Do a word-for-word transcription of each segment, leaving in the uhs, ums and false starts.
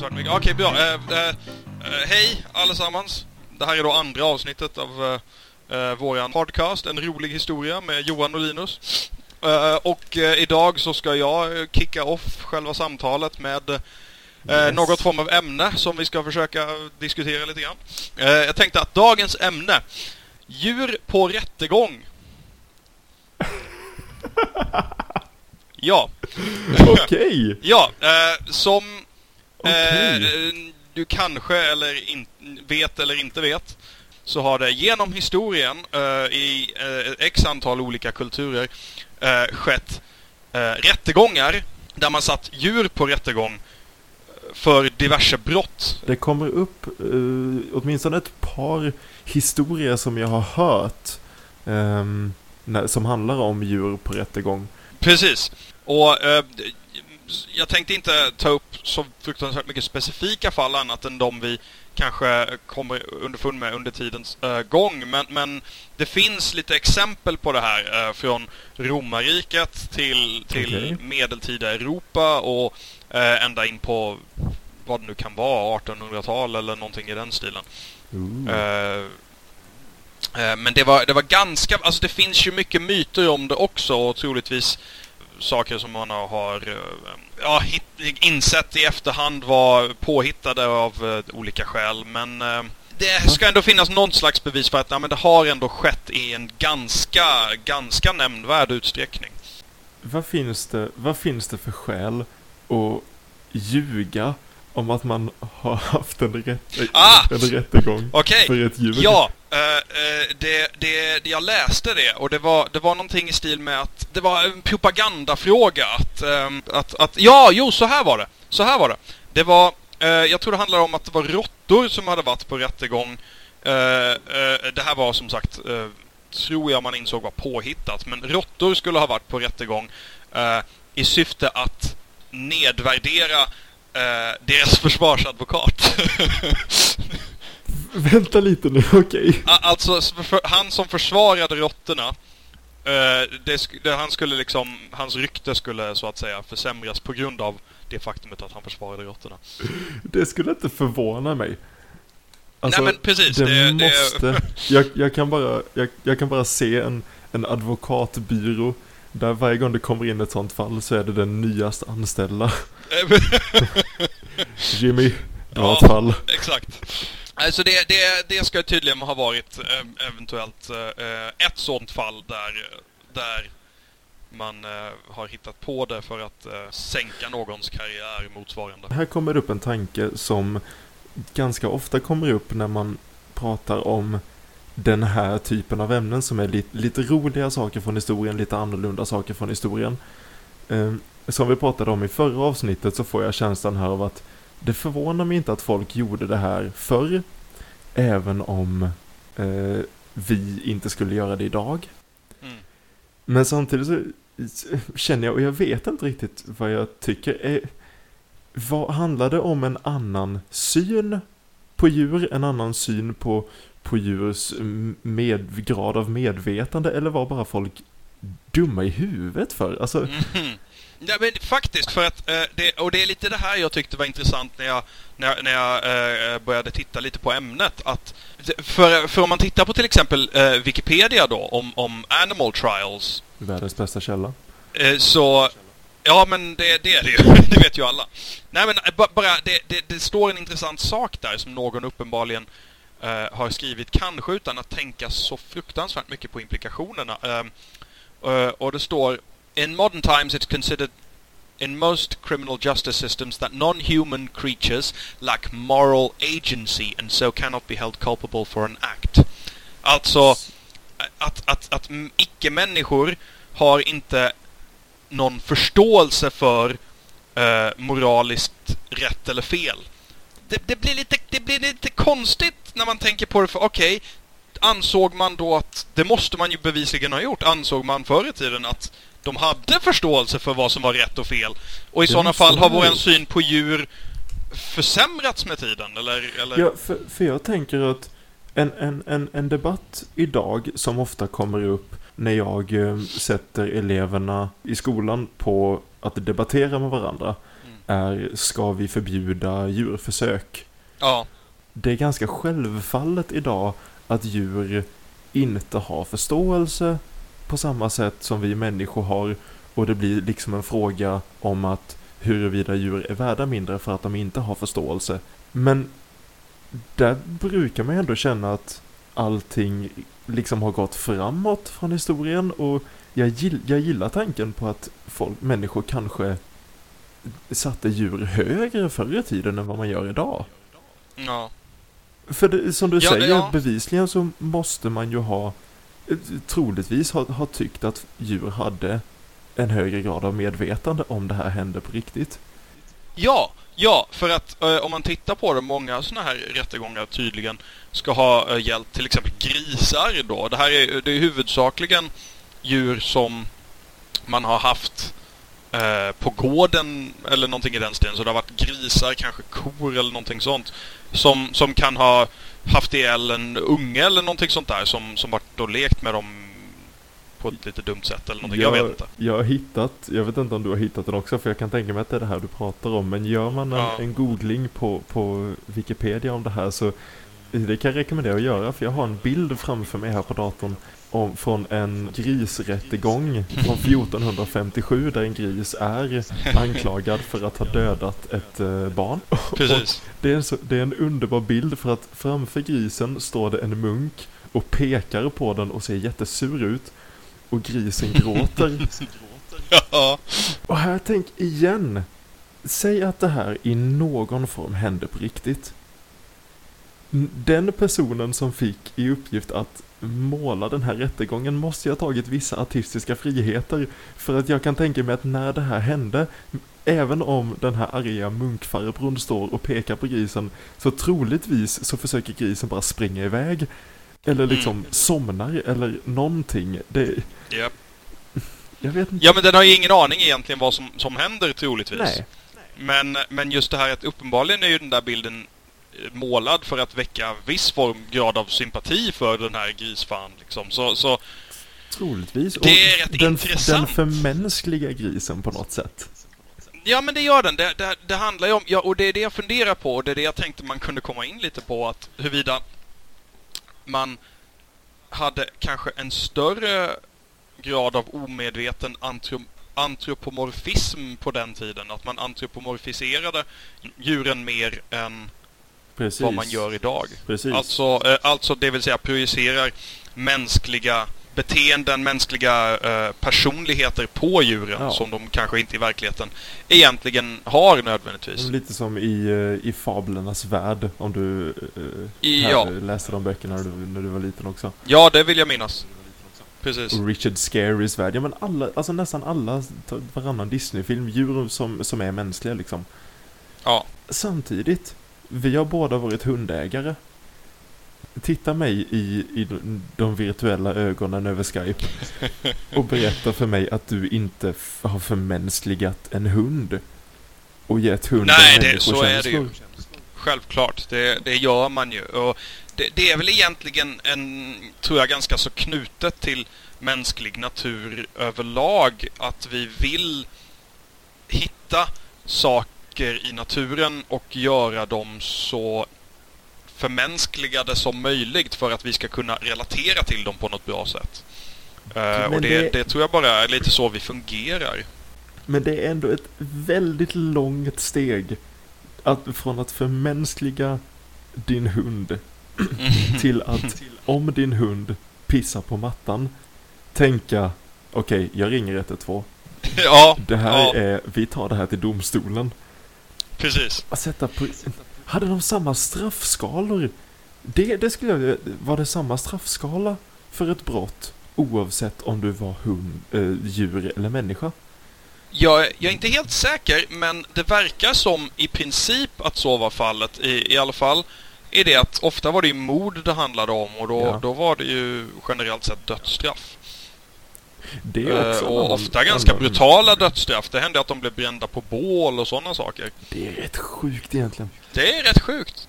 fruktansvärt mycket. Okej, okay, bra. Eh, eh, eh, hej allesammans. Det här är då andra avsnittet av eh, våran podcast, En rolig historia med Johan och Linus. Eh, och eh, idag så ska jag kicka off själva samtalet med eh, yes. något form av ämne som vi ska försöka diskutera lite grann. Eh, jag tänkte att dagens ämne, djur på rättegång. Ja. Okej. Okay. Ja, eh, som okay. eh, du kanske eller in, vet eller inte vet, så har det genom historien eh, i eh, x antal olika kulturer eh, skett eh, rättegångar där man satt djur på rättegång för diverse brott. Det kommer upp uh, åtminstone ett par historier som jag har hört um, när, som handlar om djur på rättegång. Precis. Och eh, jag tänkte inte ta upp så fruktansvärt mycket specifika fall annat än de vi kanske kommer underfund med under tidens eh, gång. Men, men det finns lite exempel på det här eh, från romarriket till, till okay. medeltida Europa och eh, ända in på vad det nu kan vara, artonhundratal eller någonting i den stilen. Eh, eh, men det var, det var ganska, alltså det finns ju mycket myter om det också och troligtvis saker som man har ja, hit, insett i efterhand var påhittade av uh, olika skäl. Men uh, det ska ändå finnas någon slags bevis för att ja, men det har ändå skett i en ganska, ganska nämnvärd utsträckning. Vad finns det, vad finns det för skäl att ljuga om att man har haft en, rätt, ah! en rättegång okay. för ett djur? Ja, uh, uh, det, det, jag läste det och det var, det var någonting i stil med att det var en propagandafråga att, um, att, att ja, jo, så här var det. Så här var det. Det var, uh, jag tror det handlar om att det var råttor som hade varit på rättegång. Uh, uh, det här var som sagt, uh, tror jag man insåg var påhittat, men råttor skulle ha varit på rättegång uh, i syfte att nedvärdera Uh, deras försvarsadvokat. Vänta lite nu, okej. Okay. Alltså, för, han som försvarade råttorna, uh, det, det, han skulle liksom, hans rykte skulle så att säga försämras på grund av det faktumet att han försvarade råttorna. Det skulle inte förvåna mig. Alltså, nej men precis. Det, det måste, det... jag, jag, kan bara, jag, jag kan bara se en, en advokatbyrå där varje gång det kommer in ett sånt fall så är det den nyaste anställda. Jimmy, det var ja, ett fall. Exakt. Alltså det, det, det ska tydligen ha varit eh, eventuellt eh, ett sånt fall där, där man eh, har hittat på det för att eh, sänka någons karriär motsvarande. Här kommer det upp en tanke som ganska ofta kommer upp när man pratar om den här typen av ämnen som är lite, lite roliga saker från historien, lite annorlunda saker från historien. Eh, som vi pratade om i förra avsnittet så får jag känslan här av att det förvånar mig inte att folk gjorde det här förr, även om eh, vi inte skulle göra det idag. Mm. Men samtidigt så känner jag, och jag vet inte riktigt vad jag tycker, är, vad handlar det om en annan syn på djur, en annan syn på, på djurs med, grad av medvetande, eller var bara folk dumma i huvudet för? Alltså... Mm. Ja, men faktiskt, för att eh, det, och det är lite det här jag tyckte var intressant när jag, när, när jag eh, började titta lite på ämnet, att för, för om man tittar på till exempel eh, Wikipedia då om, om animal trials, världens bästa källa, eh, så ja, men det, det är det ju, det vet ju alla. Nej, men bara det, det, det står en intressant sak där som någon uppenbarligen eh, har skrivit, kanske utan att tänka så fruktansvärt mycket på implikationerna, eh, eh, och det står: in modern times, it's considered in most criminal justice systems that non-human creatures lack moral agency and so cannot be held culpable for an act. Alltså, att, att, att icke-människor har inte någon förståelse för eh, moraliskt rätt eller fel. Det, det, blir lite, det blir lite konstigt när man tänker på det, för okej, okay, ansåg man då att, det måste man ju bevisligen ha gjort, ansåg man förr i tiden att de hade förståelse för vad som var rätt och fel. Och i sådana fall har vår syn på djur försämrats med tiden, eller? eller? Ja, för, för jag tänker att en, en, en, en debatt idag som ofta kommer upp när jag eh, sätter eleverna i skolan på att debattera med varandra, är, ska vi förbjuda djurförsök? Ja. Det är ganska självfallet idag att djur inte har förståelse på samma sätt som vi människor har, och det blir liksom en fråga om att huruvida djur är värda mindre för att de inte har förståelse. Men där brukar man ändå känna att allting liksom har gått framåt från historien, och jag, gill, jag gillar tanken på att folk, människor kanske satte djur högre förr i tiden än vad man gör idag. Ja. För det, som du ja, säger, ja. bevisligen så måste man ju ha troligtvis ha, ha tyckt att djur hade en högre grad av medvetande om det här hände på riktigt. Ja, ja, för att eh, om man tittar på det, många såna här rättegångar tydligen ska ha eh, gällt till exempel grisar då. Det här är, det är huvudsakligen djur som man har haft eh, på gården eller någonting i den stilen. Så det har varit grisar, kanske kor eller någonting sånt, som, som kan ha haft ihjäl en unge eller någonting sånt där, som, som varit och lekt med dem på ett lite dumt sätt eller någonting, jag, jag vet inte. Jag har hittat, jag vet inte om du har hittat den också, för jag kan tänka mig att det är det här du pratar om, men gör man en, ja. en googling på, på Wikipedia om det här, så det kan jag rekommendera att göra, för jag har en bild framför mig här på datorn om, från en grisrättegång från fjorton femtiosju, där en gris är anklagad för att ha dödat ett uh, barn. Precis. Det är, en så, det är en underbar bild, för att framför grisen står det en munk och pekar på den och ser jättesur ut. Och grisen gråter. Ja. Och här tänk igen. Säg att det här i någon form hände på riktigt. Den personen som fick i uppgift att måla den här rättegången måste ju ha tagit vissa artistiska friheter. För att jag kan tänka mig att när det här hände, även om den här arga munkfarbrorn står och pekar på grisen, så troligtvis så försöker grisen bara springa iväg. Eller liksom mm. somnar eller någonting. Det... Yep. Jag vet inte. Ja, men den har ju ingen aning egentligen vad som, som händer troligtvis. Nej. Men, men just det här att uppenbarligen är ju den där bilden målad för att väcka viss form grad av sympati för den här grisfan liksom. Så, så troligtvis. Det är rätt den, intressant. Den förmänskliga grisen på något sätt. Ja, men det gör den. Det, det, det handlar ju om, ja, och det är det jag funderar på, och det är det jag tänkte man kunde komma in lite på, att huruvida man hade kanske en större grad av omedveten antro- antropomorfism på den tiden. Att man antropomorfiserade djuren mer än Precis. vad man gör idag. Precis. Alltså, eh, alltså det vill säga projicerar mänskliga beteenden, mänskliga eh, personligheter på djuren, ja. som de kanske inte i verkligheten egentligen har nödvändigtvis. Lite som i, i fablernas värld, om du uh, I, ja. läste de böckerna när du, när du var liten också. Ja, det vill jag minnas. Precis. Och Richard Scarys värld. Ja, men alla, alltså nästan alla, varannan Disney-film, djur som, som är mänskliga liksom. Ja. Samtidigt, vi har båda varit hundägare. Titta mig i, i de virtuella ögonen över Skype och berätta för mig att du inte f- har förmänskligat en hund och gett hunden Nej, det, så är det ju. Självklart, det, det gör man ju. Och det, det är väl egentligen en, tror jag, ganska så knutet till mänsklig natur överlag, att vi vill hitta saker i naturen och göra dem så förmänskligade som möjligt för att vi ska kunna relatera till dem på något bra sätt. Uh, och det, det... det tror jag bara är lite så vi fungerar. Men det är ändå ett väldigt långt steg att, från att förmänskliga din hund till att om din hund pissar på mattan tänka, okej, okay, jag ringer ett ett två. Ja, det här ja. är, vi tar det här till domstolen. Precis. Att sätta på... Hade de samma straffskalor? Det, det skulle jag... Var det samma straffskala för ett brott oavsett om du var hund, äh, djur eller människa? Jag, jag är inte helt säker, men det verkar som i princip att så var fallet. I, i alla fall är det att ofta var det ju mord det handlade om, och då, ja. då var det ju generellt sett dödsstraff. Det är också uh, och ofta annan, ganska annan. brutala dödsstraff. Det hände att de blev brända på bål och sådana saker. Det är rätt sjukt egentligen. Det är rätt sjukt.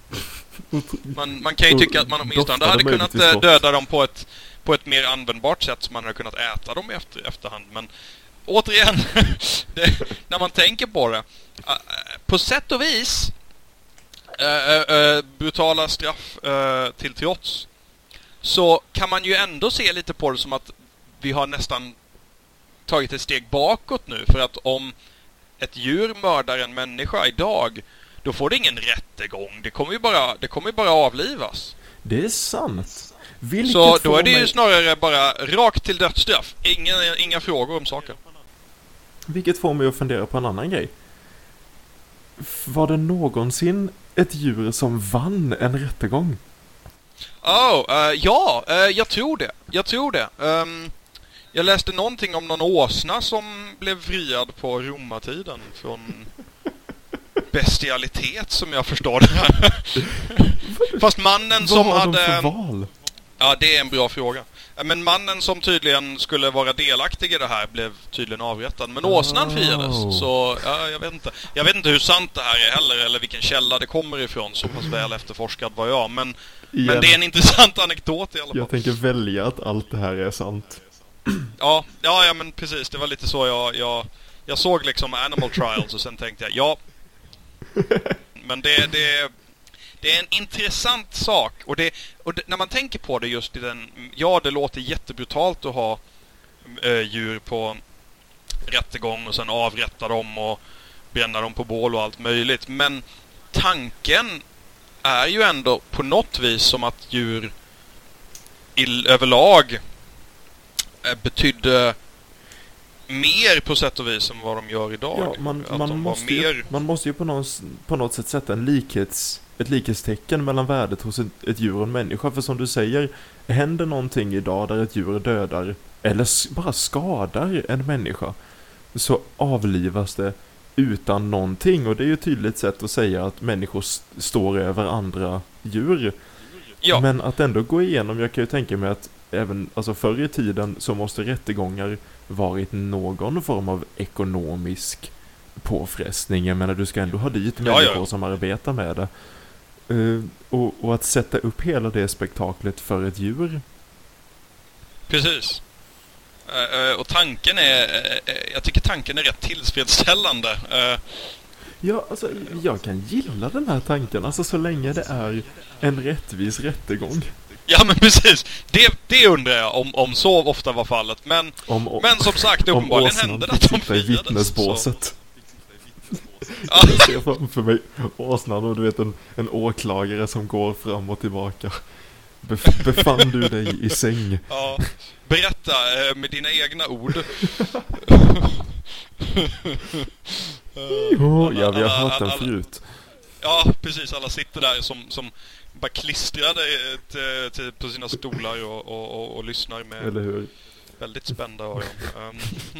Man, man kan ju tycka att man åtminstone hade kunnat döda dem på ett, på ett mer användbart sätt, så man hade kunnat äta dem i efter, efterhand. Men återigen, det, när man tänker på det, uh, på sätt och vis, uh, uh, brutala straff uh, till trots, så kan man ju ändå se lite på det som att vi har nästan tagit ett steg bakåt nu. För att om ett djur mördar en människa idag, då får det ingen rättegång. Det kommer ju bara, det kommer ju bara avlivas. Det är sant. Vilket så då är det mig... ju snarare bara rakt till dödsstraff. Inga, inga frågor om saken. Vilket får mig att fundera på en annan grej. Var det någonsin ett djur som vann en rättegång? Oh, uh, ja, uh, jag tror det. Jag tror det. Um, jag läste någonting om någon åsna som blev friad på romartiden från bestialitet, som jag förstår det. Fast mannen som Vad hade... Vad har de för val? Ja, det är en bra fråga. Men mannen som tydligen skulle vara delaktig i det här blev tydligen avrättad. Men åsnan friades, Oh. så ja, jag vet inte. Jag vet inte hur sant det här är heller, eller vilken källa det kommer ifrån. Så pass väl efterforskad var jag. Men, men det är en intressant anekdot i alla fall. Jag tänker välja att allt det här är sant. Ja, ja, ja men precis. Det var lite så jag, jag, jag såg liksom Animal Trials och sen tänkte jag, ja. Men det, det, det är en intressant sak. Och, det, och det, när man tänker på det just i den... Ja, det låter jättebrutalt att ha äh, djur på rättegång och sen avrätta dem och bränna dem på bål och allt möjligt. Men tanken är ju ändå på något vis som att djur i, överlag äh, betydde mer på sätt och vis än vad de gör idag. Ja, man, att man, måste ju, mer... man måste ju på, någon, på något sätt sätta en likhets, ett likhetstecken mellan värdet hos ett, ett djur och en människa. För som du säger, händer någonting idag där ett djur dödar eller bara skadar en människa, så avlivas det utan någonting. Och det är ju ett tydligt sätt att säga att människor st- står över andra djur. Ja. Men att ändå gå igenom, jag kan ju tänka mig att även alltså förr i tiden så måste rättegångar varit någon form av ekonomisk påfrestning. Jag menar, du ska ändå ha dit människor ja, ja. som arbetar med det. Uh, och, och att sätta upp hela det spektaklet för ett djur. Precis. Uh, uh, och tanken är... Uh, jag tycker tanken är rätt tillfredsställande. Uh, Ja, alltså, jag kan gilla den här tanken. Alltså, så länge det är en rättvis rättegång. Ja, men precis. Det, det undrar jag om, om så ofta var fallet. Men, om, om, men som sagt, uppenbarligen hände det att de friades. Om i vittnesbåset. Ja. Jag ser framför mig åsnan och du vet en, en åklagare som går fram och tillbaka. Bef- befann du dig i säng? Ja. Berätta eh, med dina egna ord. Oh, ja, vi har hört den förut. Ja, precis. Alla sitter där som, som bara klistrade till, till, på sina stolar och, och, och, och lyssnar med Eller hur? väldigt spända öron. Um.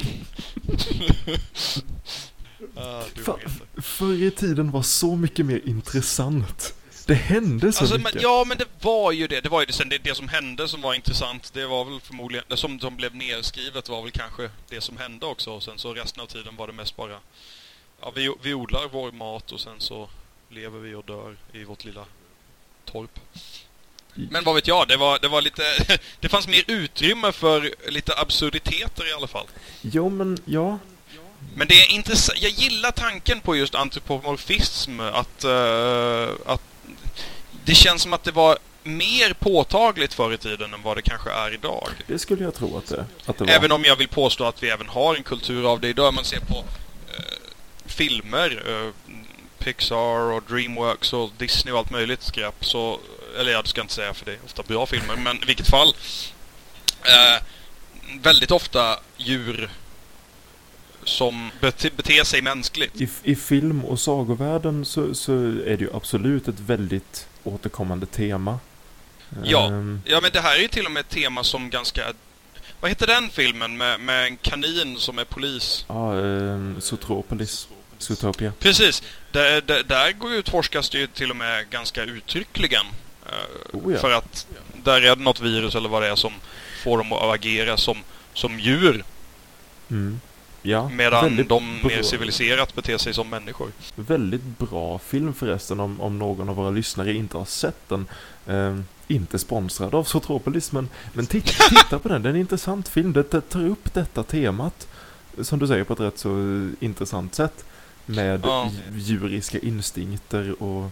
ah, För, förr i tiden var så mycket mer intressant. Det hände så alltså, mycket. Men, ja, men det var ju det. Det var ju det, sen det, det som hände som var intressant. Det var väl förmodligen... Det som, som blev nedskrivet var väl kanske det som hände också. Och sen så resten av tiden var det mest bara... Ja, vi, vi odlar vår mat och sen så lever vi och dör i vårt lilla torp. Men vad vet jag, det var, det var lite... Det fanns mer utrymme för lite absurditeter i alla fall. Jo, men ja... Men det är intressant. Jag gillar tanken på just antropomorfism. Att, uh, att det känns som att det var mer påtagligt förr i tiden än vad det kanske är idag. Det skulle jag tro att det, att det var. Även om jag vill påstå att vi även har en kultur av det idag. Man ser på uh, filmer, uh, Pixar och Dreamworks och Disney och allt möjligt skräp. Så, eller jag ska inte säga för det är ofta bra filmer. Men i vilket fall uh, väldigt ofta djur som bete, beter sig mänskligt. I, I film- och sagovärlden så, så är det ju absolut ett väldigt återkommande tema. Ja, um, ja men det här är ju till och med ett tema som ganska... Vad heter den filmen med, med en kanin som är polis? Ja, um, Zootropolis. Zootopia. Precis. Där, där, där går utforskas det ju till och med ganska uttryckligen. Uh, oh ja. För att där är det något virus eller vad det är som får dem att agera som, som djur. Mm. Ja, medan de bra. mer civiliserat beter sig som människor. Väldigt bra film förresten om, om någon av våra lyssnare inte har sett den. Eh, inte sponsrad av Zootropolis, men, men titta, titta på den. Det är en intressant film. Det tar upp detta temat. som du säger, på ett rätt så intressant sätt. Med ja. djuriska instinkter och...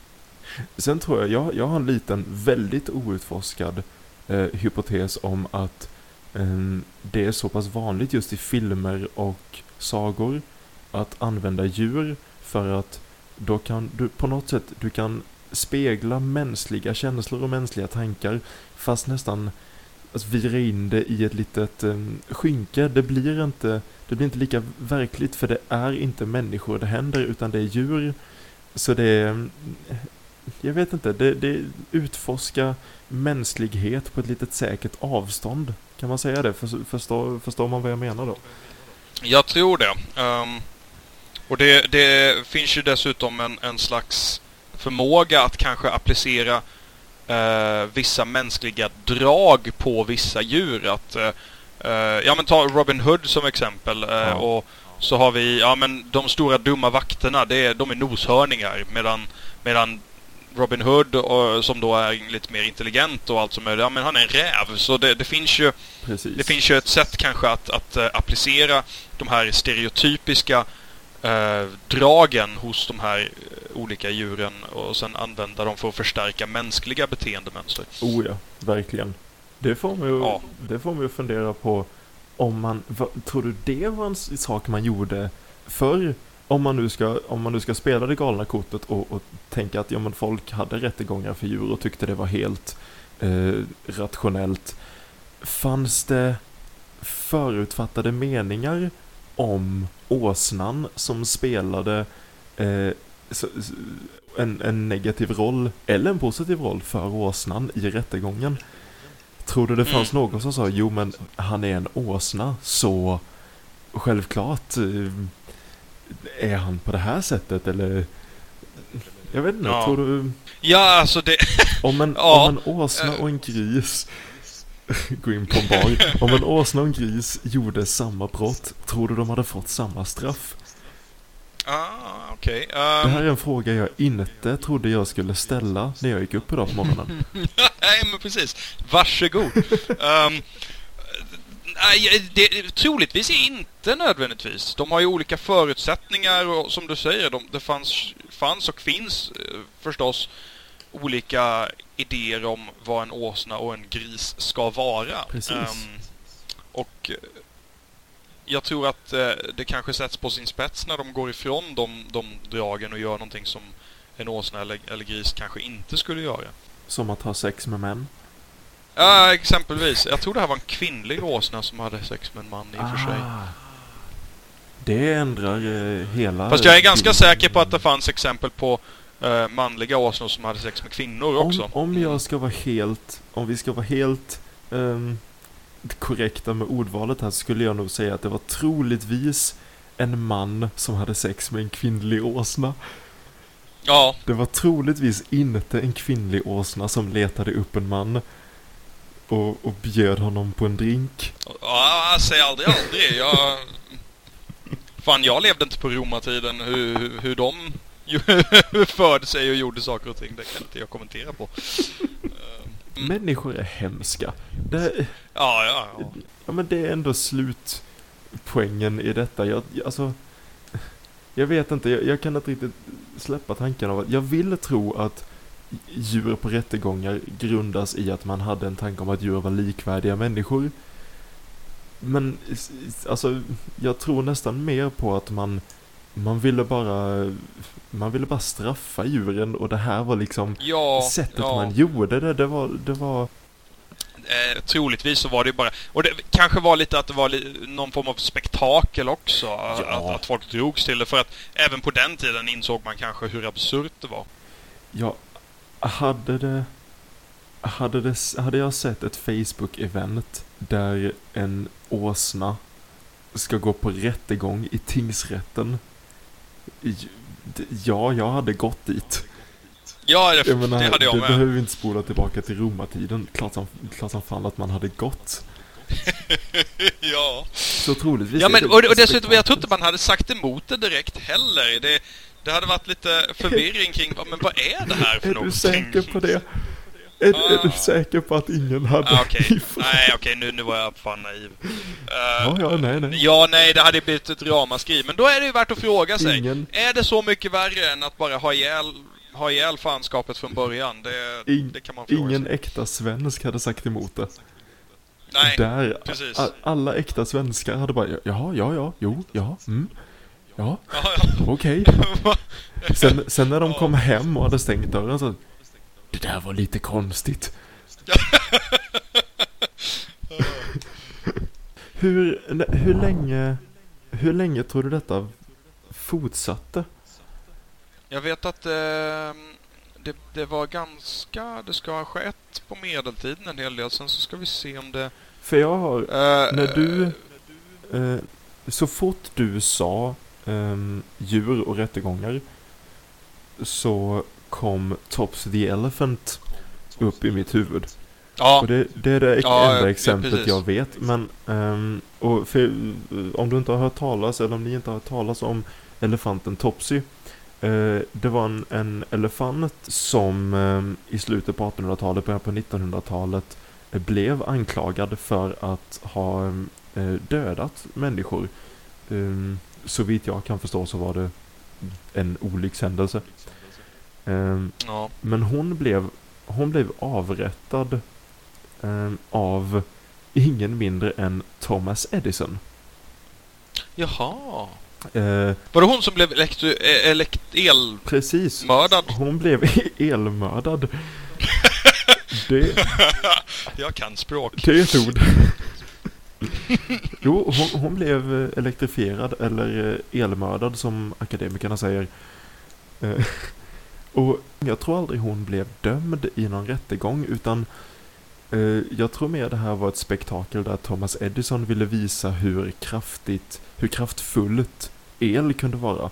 Sen tror jag, jag, jag har en liten, väldigt outforskad eh, hypotes om att eh, det är så pass vanligt just i filmer och sagor att använda djur för att då kan du på något sätt, du kan spegla mänskliga känslor och mänskliga tankar fast nästan alltså, vira in det i ett litet um, skynke. Det blir inte det blir inte lika verkligt för det är inte människor det händer utan det är djur. Så det är, jag vet inte, det, det är utforska mänsklighet på ett litet säkert avstånd. Kan man säga det? För, förstår, förstår man vad jag menar då? Jag tror det. Um, och det, det finns ju dessutom en, en slags förmåga att kanske applicera uh, vissa mänskliga drag på vissa djur. Att, uh, uh, ja men ta Robin Hood som exempel. Uh, ja. Och så har vi, ja men de stora dumma vakterna, det är, de är noshörningar. Medan, medan Robin Hood och, som då är lite mer intelligent och allt som är, ja men han är en räv. Så det, det finns ju Precis. Det finns ju ett sätt kanske att, att uh, applicera de här stereotypiska uh, dragen hos de här uh, olika djuren och sen använda dem för att förstärka mänskliga beteendemönster. Oh ja, verkligen. Det får man ju, ja. det får man ju fundera på om man, vad, tror du det var en sak man gjorde förr? Om man nu ska, om man nu ska spela det galna kortet och, och tänka att ja, men folk hade rättegångar för djur och tyckte det var helt eh, rationellt. Fanns det förutfattade meningar om åsnan som spelade eh, så, en, en negativ roll eller en positiv roll för åsnan i rättegången? Tror du det fanns mm. någon som sa jo men han är en åsna så självklart eh, är han på det här sättet eller jag vet inte, ja. tror du ja alltså det om en, ja. om en åsna och en gris gå in på en bar om en åsna och en gris gjorde samma brott, tror du de hade fått samma straff? Ah, okej. Okay. Um... Det här är en fråga jag inte trodde jag skulle ställa när jag gick upp idag på morgonen. Nej, men precis. Varsågod. um, nej, det, troligtvis inte nödvändigtvis. De har ju olika förutsättningar och som du säger, de, det fanns, fanns och finns förstås olika idéer om vad en åsna och en gris ska vara. Precis. Um, och jag tror att eh, det kanske sätts på sin spets när de går ifrån de, de dragen och gör någonting som en åsna eller, eller gris kanske inte skulle göra. Som att ha sex med män? Ja, exempelvis. Jag tror det här var en kvinnlig åsna som hade sex med en man i och ah, för sig. Det ändrar eh, hela... Fast jag är ganska säker på att det fanns exempel på eh, manliga åsnor som hade sex med kvinnor också. Om, om jag ska vara helt... Om vi ska vara helt... Um, korrekta med ordvalet här skulle jag nog säga att det var troligtvis en man som hade sex med en kvinnlig åsna. Ja. Det var troligtvis inte en kvinnlig åsna som letade upp en man och, och bjöd honom på en drink. Ja, säg aldrig aldrig. Jag... Fan, jag levde inte på romartiden. Hur, hur, hur de förde sig och gjorde saker och ting, det kan inte jag kommentera på. Mm. Människor är hemska. Det, ja, ja, ja. Ja, men det är ändå slutpoängen i detta. Jag, alltså, jag vet inte, jag, jag kan inte riktigt släppa tanken av att jag vill tro att djur på rättegångar grundas i att man hade en tanke om att djur var likvärdiga människor. Men alltså, jag tror nästan mer på att man man ville bara man ville bara straffa djuren och det här var liksom ja, sättet ja. man gjorde det. Det var... Det var... Eh, troligtvis så var det bara... Och det kanske var lite att det var li- någon form av spektakel också. Ja. Att, att folk drogs till det. För att även på den tiden insåg man kanske hur absurt det var. Ja, hade det... Hade, det, hade jag sett ett Facebook-event där en åsna ska gå på rättegång i tingsrätten. Ja, jag hade gått dit. Ja, det, menar, det hade jag det med. Det behöver vi inte spola tillbaka till romartiden. Klart som, klart som fan att man hade gått. Ja. Så troligtvis. Ja, men, och, och dessutom, jag tror inte man hade sagt emot det direkt heller. Det, det hade varit lite förvirring kring, men vad är det här för är någonting? Är du säker på det? Är, Ah. är du säker på att ingen hade Ah, okej. ifrån? Nej, okej, nu, nu var jag fan naiv. Uh, Ja, ja, nej, nej. Ja, nej, det hade blivit ett ramaskri. Men då är det ju värt att fråga sig. Ingen, Är det så mycket värre än att bara ha ihjäl, ha ihjäl fanskapet från början? Det, In, det kan man fråga ingen sig. äkta svensk hade sagt emot det. Nej, Där, precis. a, alla äkta svenskar hade bara, jaha, ja, ja, jo, ja, mm, ja, Ja, ja. okej. Sen, sen när de kom hem och hade stängt dörren så, det där var lite konstigt. hur, hur länge, hur länge tror du detta fortsatte? Jag vet att eh, det, det var ganska... Det ska ha skett på medeltiden en hel del. Sen så ska vi se om det... För jag har, Eh, när du, eh, så fort du sa eh, djur och rättegångar så kom Tops the Elephant upp i mitt huvud. Ja, Och det, det är det Ja, enda ja, exemplet precis. jag vet. Men ehm, och för, om du inte har hört talas, eller om ni inte har hört talas om elefanten Topsy. Eh, det var en, en elefant som ehm, i slutet på artonhundratalet, början på nittonhundratalet eh, blev anklagad för att ha eh, dödat människor. Ehm, så vitt jag kan förstå så var det en olyckshändelse. Ehm, ja. men hon blev, hon blev avrättad eh, av ingen mindre än Thomas Edison. Jaha. Eh, Var det hon som blev elektro, eh, elekt, elmördad? precis. Hon blev elmördad. Det, Jag kan språk. det är ett ord. Jo, hon, hon blev elektrifierad eller elmördad som akademikerna säger. Eh, och jag tror aldrig hon blev dömd i någon rättegång, utan eh, jag tror mer det här var ett spektakel där Thomas Edison ville visa hur kraftigt, hur kraftfullt el kunde vara.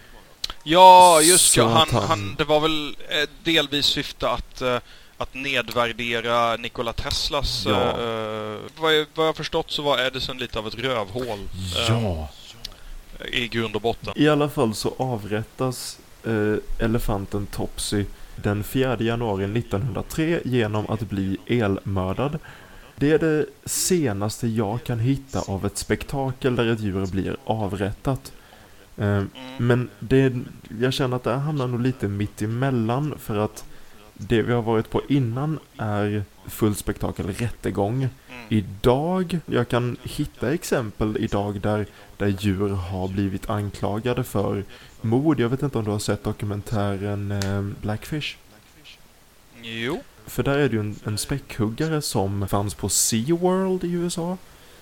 Ja, just Så ja. Han, att han- han, det var väl eh, delvis syfte att, eh, att nedvärdera Nikola Teslas... Ja. Eh, vad, jag, vad jag förstått så var Edison lite av ett rövhål. Ja. Eh, I grund och botten. I alla fall så avrättas eh, elefanten Topsy den fjärde januari nittonhundratre genom att bli elmördad. Det är det senaste jag kan hitta av ett spektakel där ett djur blir avrättat. Eh, Mm. men det, jag känner att det här hamnar nog lite mitt emellan, för att det vi har varit på innan är fullt spektakel, rättegång. Mm. Idag, jag kan hitta exempel idag där, där djur har blivit anklagade för mord. Jag vet inte om du har sett dokumentären eh, Blackfish. Jo. För där är det ju en, en späckhuggare som fanns på SeaWorld i U S A,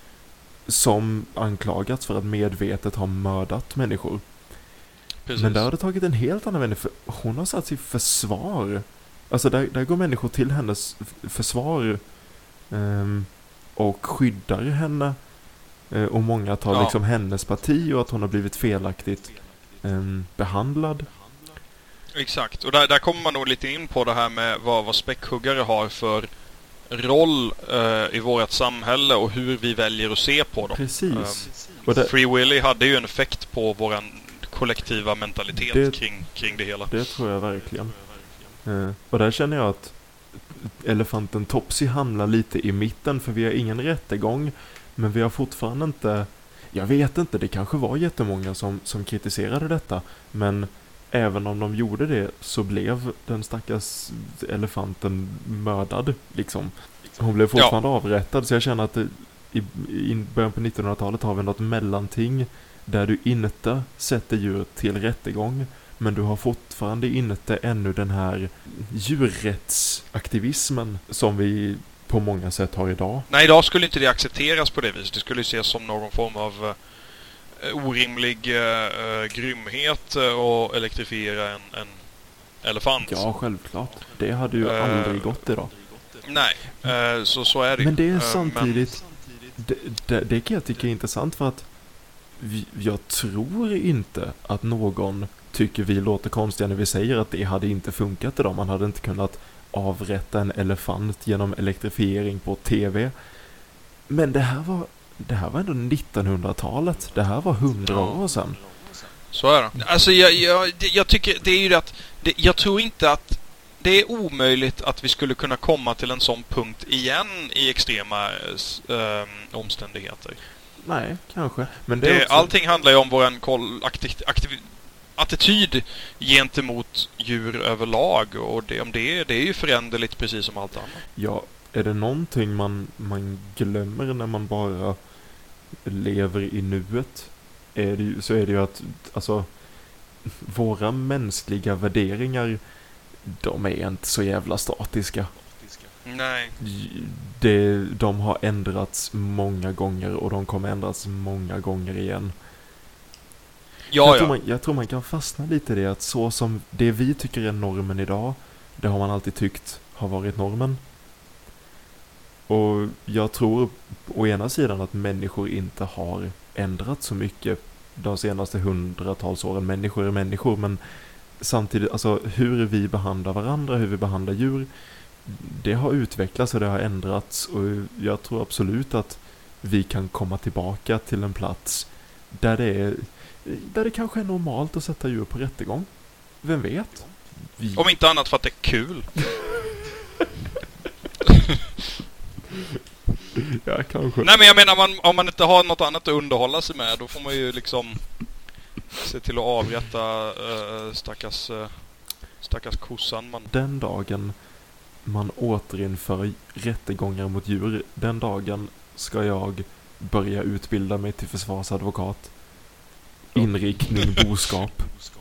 som anklagats för att medvetet ha mördat människor. Precis. Men där har det tagit en helt annan vändning, för hon har satt sig i försvar. Alltså där, där går människor till hennes f- försvar ehm, och skyddar henne. Eh, och många tar Ja. liksom hennes parti och att hon har blivit felaktigt ehm, behandlad. Exakt. Och där, där kommer man nog lite in på det här med vad, vad späckhuggare har för roll eh, i vårt samhälle och hur vi väljer att se på dem. Precis. Och det, Free Willy hade ju en effekt på våran kollektiva mentalitet Det- kring, kring det hela. det tror jag verkligen. Eh, och där känner jag att elefanten Topsy hamnar lite i mitten, för vi har ingen rättegång, men vi har fortfarande inte, jag vet inte, det kanske var jättemånga som, som kritiserade detta, men även om de gjorde det så blev den stackars elefanten mördad liksom. Hon blev fortfarande avrättad, så jag känner att det, i, i början på nittonhundratalet har vi något mellanting där du inte sätter djur till rättegång, men du har fortfarande inte ännu den här djurrättsaktivismen som vi på många sätt har idag. Nej, idag skulle inte det accepteras på det viset. Det skulle ses som någon form av eh, orimlig eh, grymhet eh, och elektrifiera en, en elefant. Ja, självklart. Det hade ju Eh, aldrig gått idag. Nej, eh, så, så är det ju. Men det är Eh, samtidigt, det, det, det kan jag tycka är intressant, för att vi, jag tror inte att någon tycker vi låter konstiga när vi säger att det hade inte funkat idag. Man hade inte kunnat avrätta en elefant genom elektrifiering på tv. Men det här var, det här var ändå nittonhundratalet. Det här var hundra Ja. år sedan. Så är det. Alltså jag, jag, jag tycker det är ju det att det, jag tror inte att det är omöjligt att vi skulle kunna komma till en sån punkt igen i extrema äh, omständigheter. Nej, kanske. Men det det, är också... Allting handlar ju om vår koll, aktiv, aktiv, attityd gentemot djur överlag. Och det, om det, det är ju föränderligt precis som allt annat. Ja, är det någonting man, man glömmer när man bara lever i nuet är det ju, så är det ju att alltså, våra mänskliga värderingar, de är inte så jävla statiska. Nej. Det, de har ändrats många gånger och de kommer ändras många gånger igen. Ja, jag, tror ja. man, jag tror man kan fastna lite i det att så som det vi tycker är normen idag, det har man alltid tyckt har varit normen. Och jag tror å ena sidan att människor inte har ändrat så mycket de senaste hundratals åren. Människor är människor, men samtidigt, alltså hur vi behandlar varandra, hur vi behandlar djur, det har utvecklats och det har ändrats. Och jag tror absolut att vi kan komma tillbaka till en plats där det är, där det kanske är normalt att sätta djur på rättegång. Vem vet? Vi... Om inte annat för att det är kul. Ja, kanske. Nej, men jag menar, man, om man inte har något annat att underhålla sig med, då får man ju liksom se till att avrätta äh, stackars, äh, stackars kossan. Man. Den dagen man återinför rättegångar mot djur, den dagen ska jag börja utbilda mig till försvarsadvokat. Inriktning, boskap.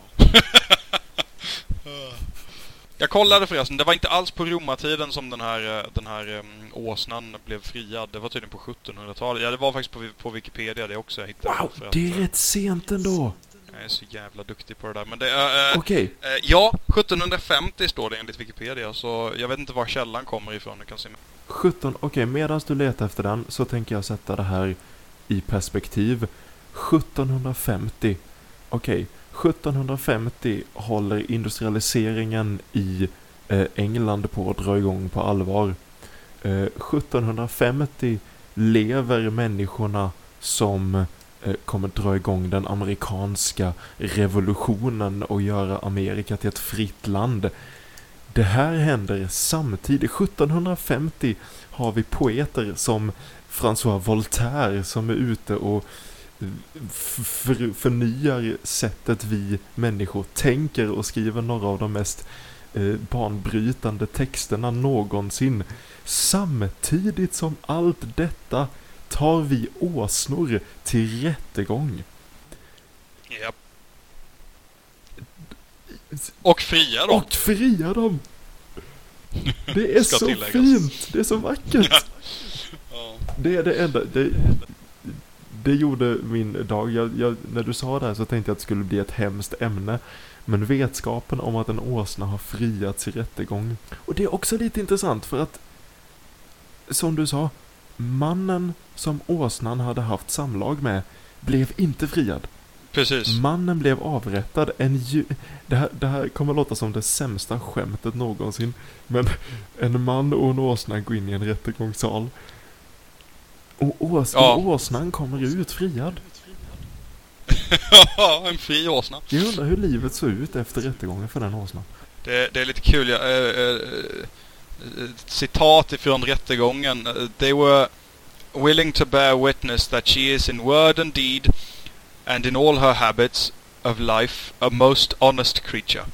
Jag kollade förresten, det var inte alls på romartiden som den här, den här um, åsnan blev friad. Det var tydligen på sjuttonhundratalet. Ja, det var faktiskt på, på Wikipedia det också jag hittade. Wow, för det är att, rätt sent ändå. Jag är så jävla duktig på det där. Men det är... Äh, Okej. äh, ja, sjuttonhundrafemtio står det enligt Wikipedia. Så jag vet inte var källan kommer ifrån. Du kan se. sjutton, okej, okay, medan du letar efter den så tänker jag sätta det här i perspektiv. sjuttonhundrafemtio. Okej, okay. sjuttonhundrafemtio håller industrialiseringen i eh, England på att dra igång på allvar. Eh, sjuttonhundrafemtio lever människorna som eh, kommer dra igång den amerikanska revolutionen och göra Amerika till ett fritt land. Det här händer samtidigt. sjuttonhundrafemtio har vi poeter som François Voltaire som är ute och För, förnyar sättet vi människor tänker och skriver några av de mest eh, banbrytande texterna någonsin. Samtidigt som allt detta tar vi åsnor till rättegång. Ja. Och fria dem. Och fria dem. Det är så tilläggas. fint. Det är så vackert. Ja. Det är det enda... Det, Det gjorde min dag. Jag, jag, när du sa det här så tänkte jag att det skulle bli ett hemskt ämne. Men vetskapen om att en åsna har friats i rättegång. Och det är också lite intressant för att, som du sa, mannen som åsnan hade haft samlag med blev inte friad. Precis. Mannen blev avrättad. En ju- det, här, det här kommer låta som det sämsta skämtet någonsin. Men en man och en åsna går in i en rättegångssal. Och ås- ja. åsnan kommer ut friad. Ja, en fri åsna. Jag undrar hur livet såg ut efter rättegången för den åsnan. Det, det är lite kul. Ja, äh, äh, citat ifrån rättegången. They were willing to bear witness that she is in word and deed and in all her habits of life a most honest creature.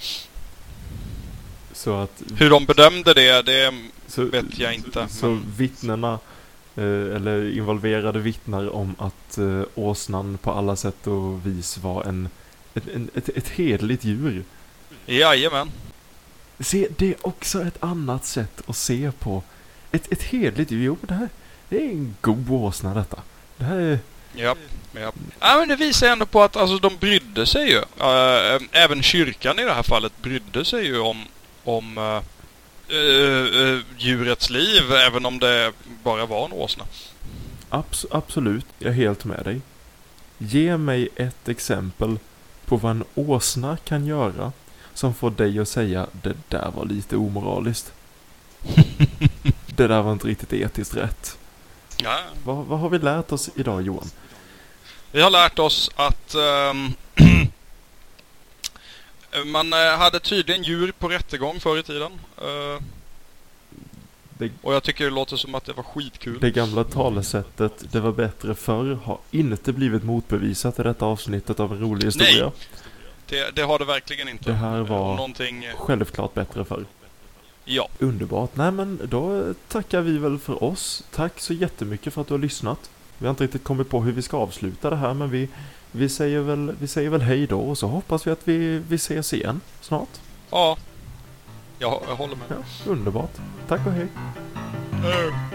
Så att... Hur de bedömde det, det så, vet jag inte. Så men... vittnena... eller involverade vittnar om att uh, åsnan på alla sätt och vis var en ett, en, ett, ett hedligt djur. Jajamän. Se, det är också ett annat sätt att se på ett, ett hedligt djur. Jo, det här det är en god åsna detta. Det här är... Ja, ja. Ja, men det visar ändå på att alltså, de brydde sig ju. Uh, även kyrkan i det här fallet brydde sig ju om, om uh, uh, uh, djurets liv, även om det bara var en åsna. Abs- absolut, jag är helt med dig. Ge mig ett exempel på vad en åsna kan göra som får dig att säga det där var lite omoraliskt. Det där var inte riktigt etiskt rätt. Ja. Vad, vad har vi lärt oss idag, Johan? Vi har lärt oss att um, Man eh, hade tydligen djur på rättegång förr i tiden. Eh, det, och jag tycker det låter som att det var skitkul. Det gamla talesättet, det var bättre förr, har inte blivit motbevisat i detta avsnittet av en rolig historia. Nej, det, det har det verkligen inte. Det här var någonting... självklart bättre förr. Ja. Underbart. Nej, men då tackar vi väl för oss. Tack så jättemycket för att du har lyssnat. Vi har inte riktigt kommit på hur vi ska avsluta det här, men vi, vi, säger, väl, vi säger väl hej då, och så hoppas vi att vi, vi ses igen snart. Ja, jag, jag håller med. Ja, underbart. Tack och hej. Mm.